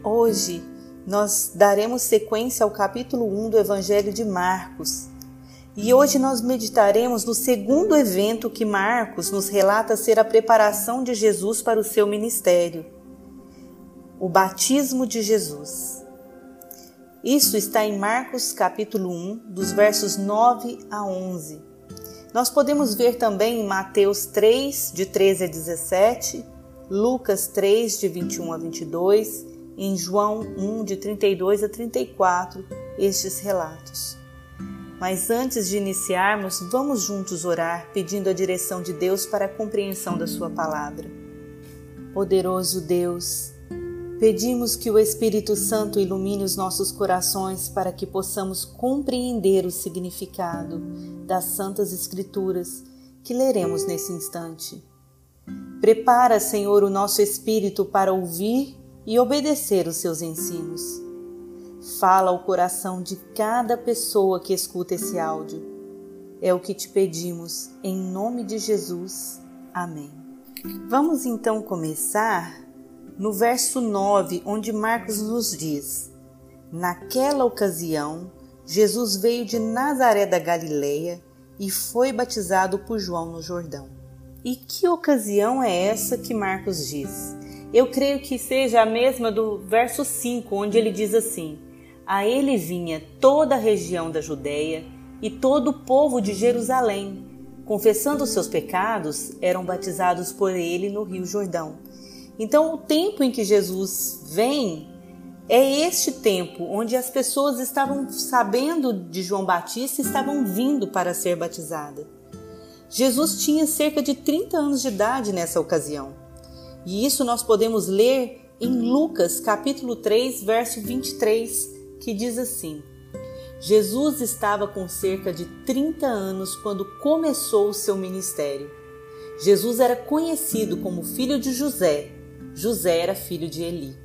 Hoje nós daremos sequência ao capítulo 1 do Evangelho de Marcos. E hoje nós meditaremos no segundo evento que Marcos nos relata ser a preparação de Jesus para o seu ministério, o batismo de Jesus. Isso está em Marcos capítulo 1, dos versos 9 a 11. Nós podemos ver também em Mateus 3, de 13 a 17, Lucas 3, de 21 a 22, em João 1, de 32 a 34, estes relatos. Mas antes de iniciarmos, vamos juntos orar, pedindo a direção de Deus para a compreensão da sua palavra. Poderoso Deus, pedimos que o Espírito Santo ilumine os nossos corações para que possamos compreender o significado das Santas Escrituras que leremos nesse instante. Prepara, Senhor, o nosso espírito para ouvir e obedecer os seus ensinos. Fala ao coração de cada pessoa que escuta esse áudio. É o que te pedimos, em nome de Jesus. Amém. Vamos então começar no verso 9, onde Marcos nos diz: Naquela ocasião, Jesus veio de Nazaré da Galileia e foi batizado por João no Jordão. E que ocasião é essa que Marcos diz? Eu creio que seja a mesma do verso 5, onde ele diz assim: A ele vinha toda a região da Judeia e todo o povo de Jerusalém, confessando os seus pecados, eram batizados por ele no Rio Jordão. Então, o tempo em que Jesus vem é este tempo onde as pessoas estavam sabendo de João Batista e estavam vindo para ser batizada. Jesus tinha cerca de 30 anos de idade nessa ocasião. E isso nós podemos ler em Lucas capítulo 3, verso 23, que diz assim: Jesus estava com cerca de 30 anos quando começou o seu ministério. Jesus era conhecido como filho de José. José era filho de Eli.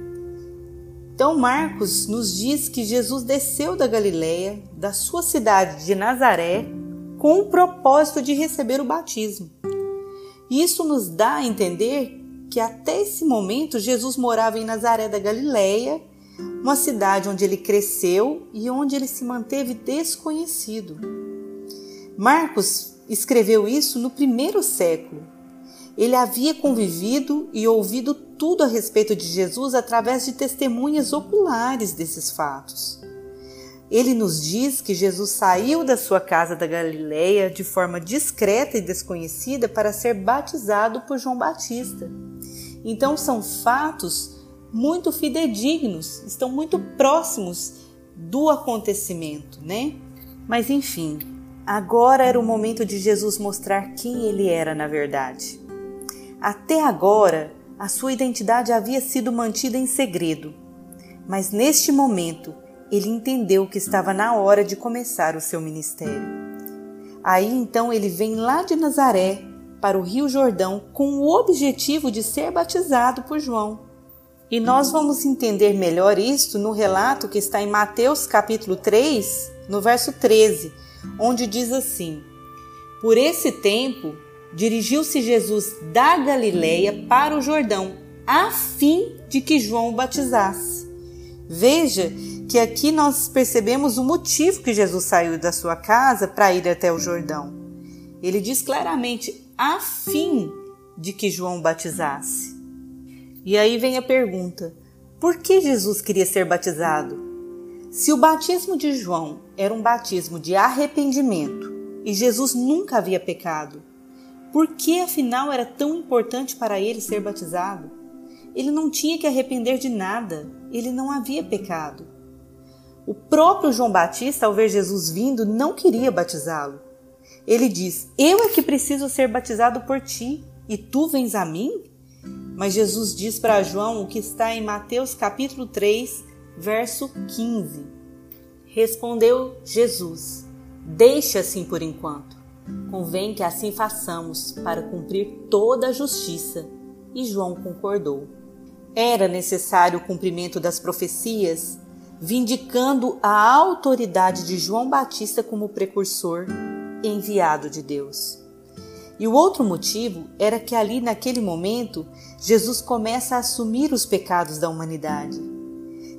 Então Marcos nos diz que Jesus desceu da Galileia, da sua cidade de Nazaré, com o propósito de receber o batismo. E isso nos dá a entender que até esse momento Jesus morava em Nazaré da Galileia, uma cidade onde ele cresceu e onde ele se manteve desconhecido. Marcos escreveu isso no primeiro século. Ele havia convivido e ouvido tudo a respeito de Jesus através de testemunhas oculares desses fatos. Ele nos diz que Jesus saiu da sua casa da Galileia de forma discreta e desconhecida para ser batizado por João Batista. Então são fatos muito fidedignos, estão muito próximos do acontecimento, né? Mas enfim, agora era o momento de Jesus mostrar quem ele era na verdade. Até agora, a sua identidade havia sido mantida em segredo, mas neste momento, ele entendeu que estava na hora de começar o seu ministério. Aí então ele vem lá de Nazaré para o Rio Jordão com o objetivo de ser batizado por João. E nós vamos entender melhor isto no relato que está em Mateus capítulo 3, no verso 13, onde diz assim: Por esse tempo, dirigiu-se Jesus da Galileia para o Jordão, a fim de que João o batizasse. Veja que aqui nós percebemos o motivo que Jesus saiu da sua casa para ir até o Jordão. Ele diz claramente, a fim de que João o batizasse. E aí vem a pergunta, por que Jesus queria ser batizado? Se o batismo de João era um batismo de arrependimento e Jesus nunca havia pecado, por que afinal era tão importante para ele ser batizado? Ele não tinha que arrepender de nada, ele não havia pecado. O próprio João Batista, ao ver Jesus vindo, não queria batizá-lo. Ele diz, eu é que preciso ser batizado por ti, e tu vens a mim? Mas Jesus diz para João o que está em Mateus capítulo 3, verso 15. Respondeu Jesus, deixa assim por enquanto. Convém que assim façamos para cumprir toda a justiça. E João concordou. Era necessário o cumprimento das profecias, vindicando a autoridade de João Batista como precursor, enviado de Deus. E o outro motivo era que ali naquele momento, Jesus começa a assumir os pecados da humanidade.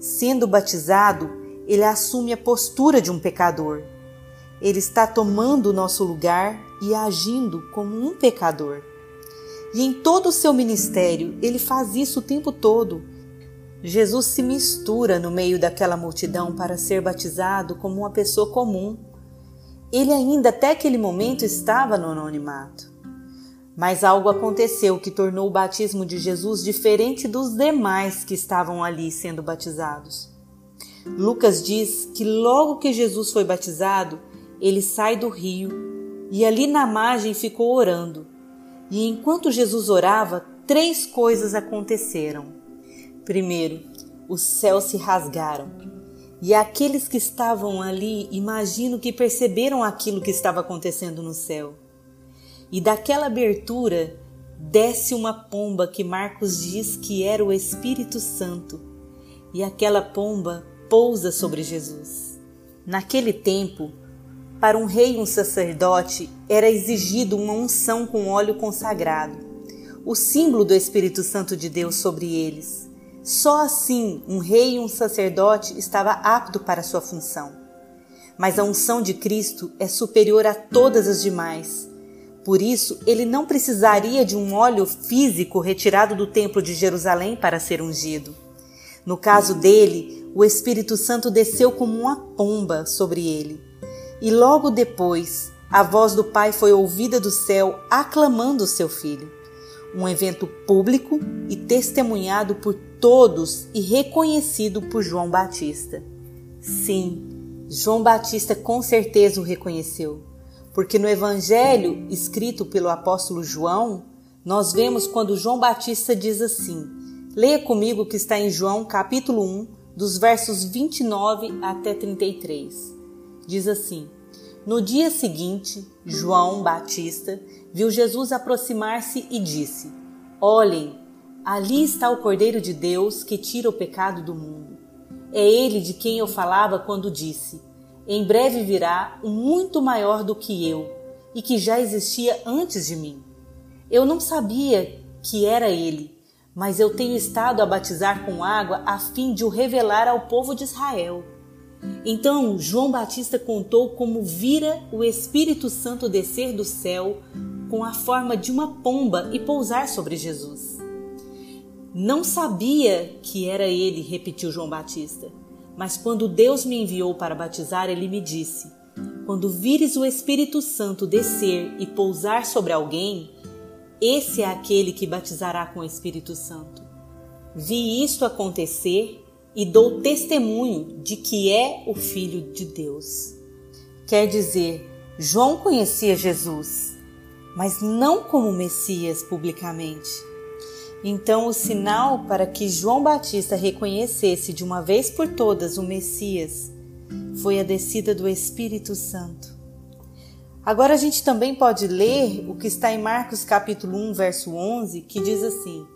Sendo batizado, ele assume a postura de um pecador. Ele está tomando o nosso lugar e agindo como um pecador. E em todo o seu ministério, ele faz isso o tempo todo. Jesus se mistura no meio daquela multidão para ser batizado como uma pessoa comum. Ele ainda até aquele momento estava no anonimato. Mas algo aconteceu que tornou o batismo de Jesus diferente dos demais que estavam ali sendo batizados. Lucas diz que logo que Jesus foi batizado, ele sai do rio e ali na margem ficou orando. E enquanto Jesus orava, 3 coisas aconteceram. Primeiro, os céus se rasgaram. E aqueles que estavam ali, imagino que perceberam aquilo que estava acontecendo no céu. E daquela abertura, desce uma pomba que Marcos diz que era o Espírito Santo. E aquela pomba pousa sobre Jesus. Naquele tempo, para um rei e um sacerdote, era exigido uma unção com óleo consagrado, o símbolo do Espírito Santo de Deus sobre eles. Só assim um rei e um sacerdote estava apto para sua função. Mas a unção de Cristo é superior a todas as demais. Por isso, ele não precisaria de um óleo físico retirado do templo de Jerusalém para ser ungido. No caso dele, o Espírito Santo desceu como uma pomba sobre ele. E logo depois, a voz do Pai foi ouvida do céu aclamando o seu Filho. Um evento público e testemunhado por todos e reconhecido por João Batista. Sim, João Batista com certeza o reconheceu, porque no Evangelho escrito pelo apóstolo João, nós vemos quando João Batista diz assim, leia comigo o que está em João capítulo 1, dos versos 29 até 33. Diz assim, no dia seguinte, João Batista viu Jesus aproximar-se e disse, olhem, ali está o Cordeiro de Deus que tira o pecado do mundo. É ele de quem eu falava quando disse, em breve virá um muito maior do que eu e que já existia antes de mim. Eu não sabia que era ele, mas eu tenho estado a batizar com água a fim de o revelar ao povo de Israel. Então João Batista contou como vira o Espírito Santo descer do céu com a forma de uma pomba e pousar sobre Jesus. Não sabia que era ele, repetiu João Batista, mas quando Deus me enviou para batizar, ele me disse, quando vires o Espírito Santo descer e pousar sobre alguém, esse é aquele que batizará com o Espírito Santo. Vi isto acontecer e dou testemunho de que é o Filho de Deus. Quer dizer, João conhecia Jesus, mas não como Messias publicamente. Então o sinal para que João Batista reconhecesse de uma vez por todas o Messias foi a descida do Espírito Santo. Agora a gente também pode ler o que está em Marcos capítulo 1, verso 11, que diz assim,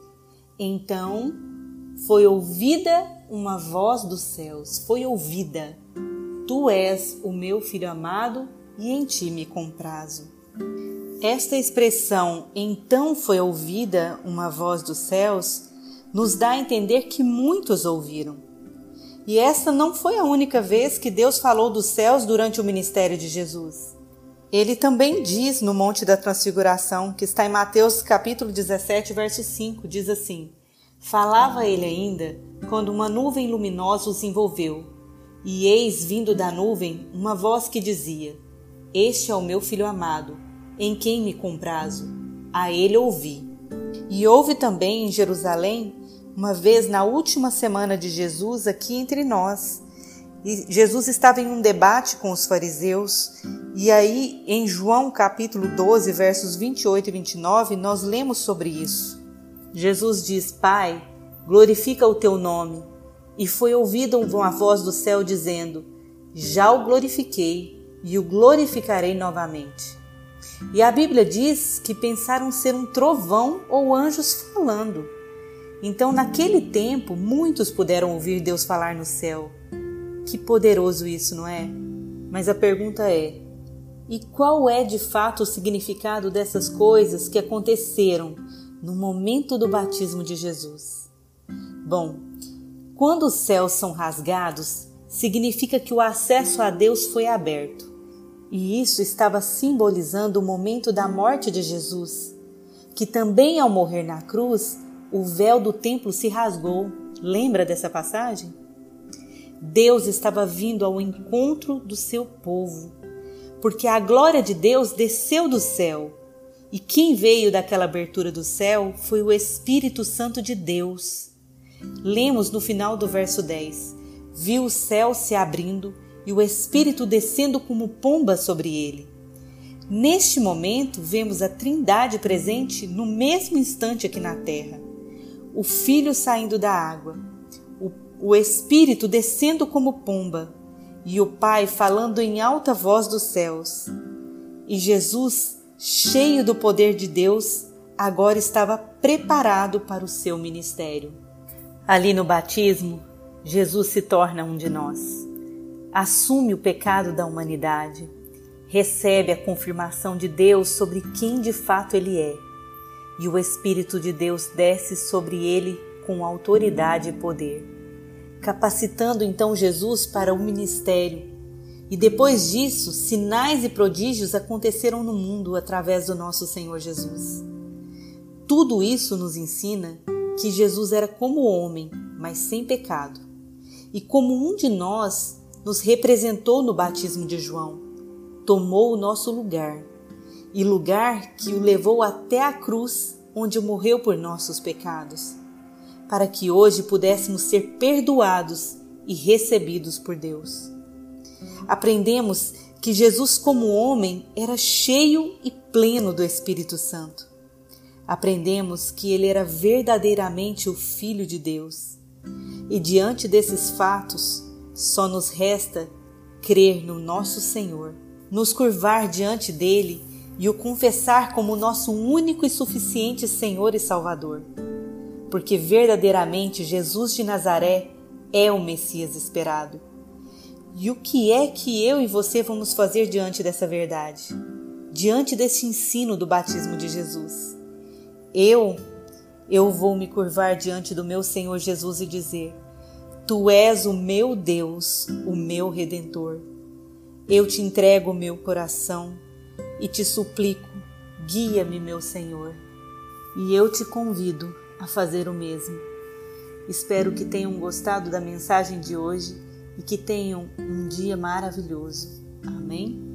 então foi ouvida uma voz dos céus, foi ouvida, tu és o meu filho amado e em ti me comprazo. Esta expressão, então foi ouvida uma voz dos céus, nos dá a entender que muitos ouviram. E esta não foi a única vez que Deus falou dos céus durante o ministério de Jesus. Ele também diz no Monte da Transfiguração, que está em Mateus capítulo 17, verso 5, diz assim, falava ele ainda, quando uma nuvem luminosa os envolveu, e eis vindo da nuvem uma voz que dizia, este é o meu filho amado, em quem me comprazo, a ele ouvi. E houve também em Jerusalém, uma vez na última semana de Jesus aqui entre nós, e Jesus estava em um debate com os fariseus, e aí em João capítulo 12, versos 28 e 29, nós lemos sobre isso. Jesus diz, Pai, glorifica o teu nome. E foi ouvida uma voz do céu dizendo, já o glorifiquei e o glorificarei novamente. E a Bíblia diz que pensaram ser um trovão ou anjos falando. Então naquele tempo muitos puderam ouvir Deus falar no céu. Que poderoso isso, não é? Mas a pergunta é, e qual é de fato o significado dessas coisas que aconteceram no momento do batismo de Jesus? Bom, Quando os céus são rasgados, significa que o acesso a Deus foi aberto. E isso estava simbolizando o momento da morte de Jesus, que também ao morrer na cruz, o véu do templo se rasgou. Lembra dessa passagem? Deus estava vindo ao encontro do seu povo, porque a glória de Deus desceu do céu. E quem veio daquela abertura do céu foi o Espírito Santo de Deus. Lemos no final do verso 10. Viu o céu se abrindo e o Espírito descendo como pomba sobre ele. Neste momento, vemos a Trindade presente no mesmo instante aqui na terra. O Filho saindo da água, o Espírito descendo como pomba e o Pai falando em alta voz dos céus. E Jesus, cheio do poder de Deus, agora estava preparado para o seu ministério. Ali no batismo, Jesus se torna um de nós. Assume o pecado da humanidade. Recebe a confirmação de Deus sobre quem de fato Ele é. E o Espírito de Deus desce sobre Ele com autoridade e poder, capacitando então Jesus para o ministério. E depois disso, sinais e prodígios aconteceram no mundo através do nosso Senhor Jesus. Tudo isso nos ensina que Jesus era como homem, mas sem pecado. E como um de nós, nos representou no batismo de João. Tomou o nosso lugar, e lugar que o levou até a cruz, onde morreu por nossos pecados, para que hoje pudéssemos ser perdoados e recebidos por Deus. Aprendemos que Jesus, como homem, era cheio e pleno do Espírito Santo. Aprendemos que ele era verdadeiramente o Filho de Deus. E diante desses fatos, só nos resta crer no nosso Senhor, nos curvar diante dele e o confessar como nosso único e suficiente Senhor e Salvador. Porque verdadeiramente Jesus de Nazaré é o Messias esperado. E o que é que eu e você vamos fazer diante dessa verdade? Diante desse ensino do batismo de Jesus? Eu vou me curvar diante do meu Senhor Jesus e dizer: Tu és o meu Deus, o meu Redentor. Eu te entrego o meu coração e te suplico, guia-me, meu Senhor. E eu te convido a fazer o mesmo. Espero que tenham gostado da mensagem de hoje e que tenham um dia maravilhoso. Amém?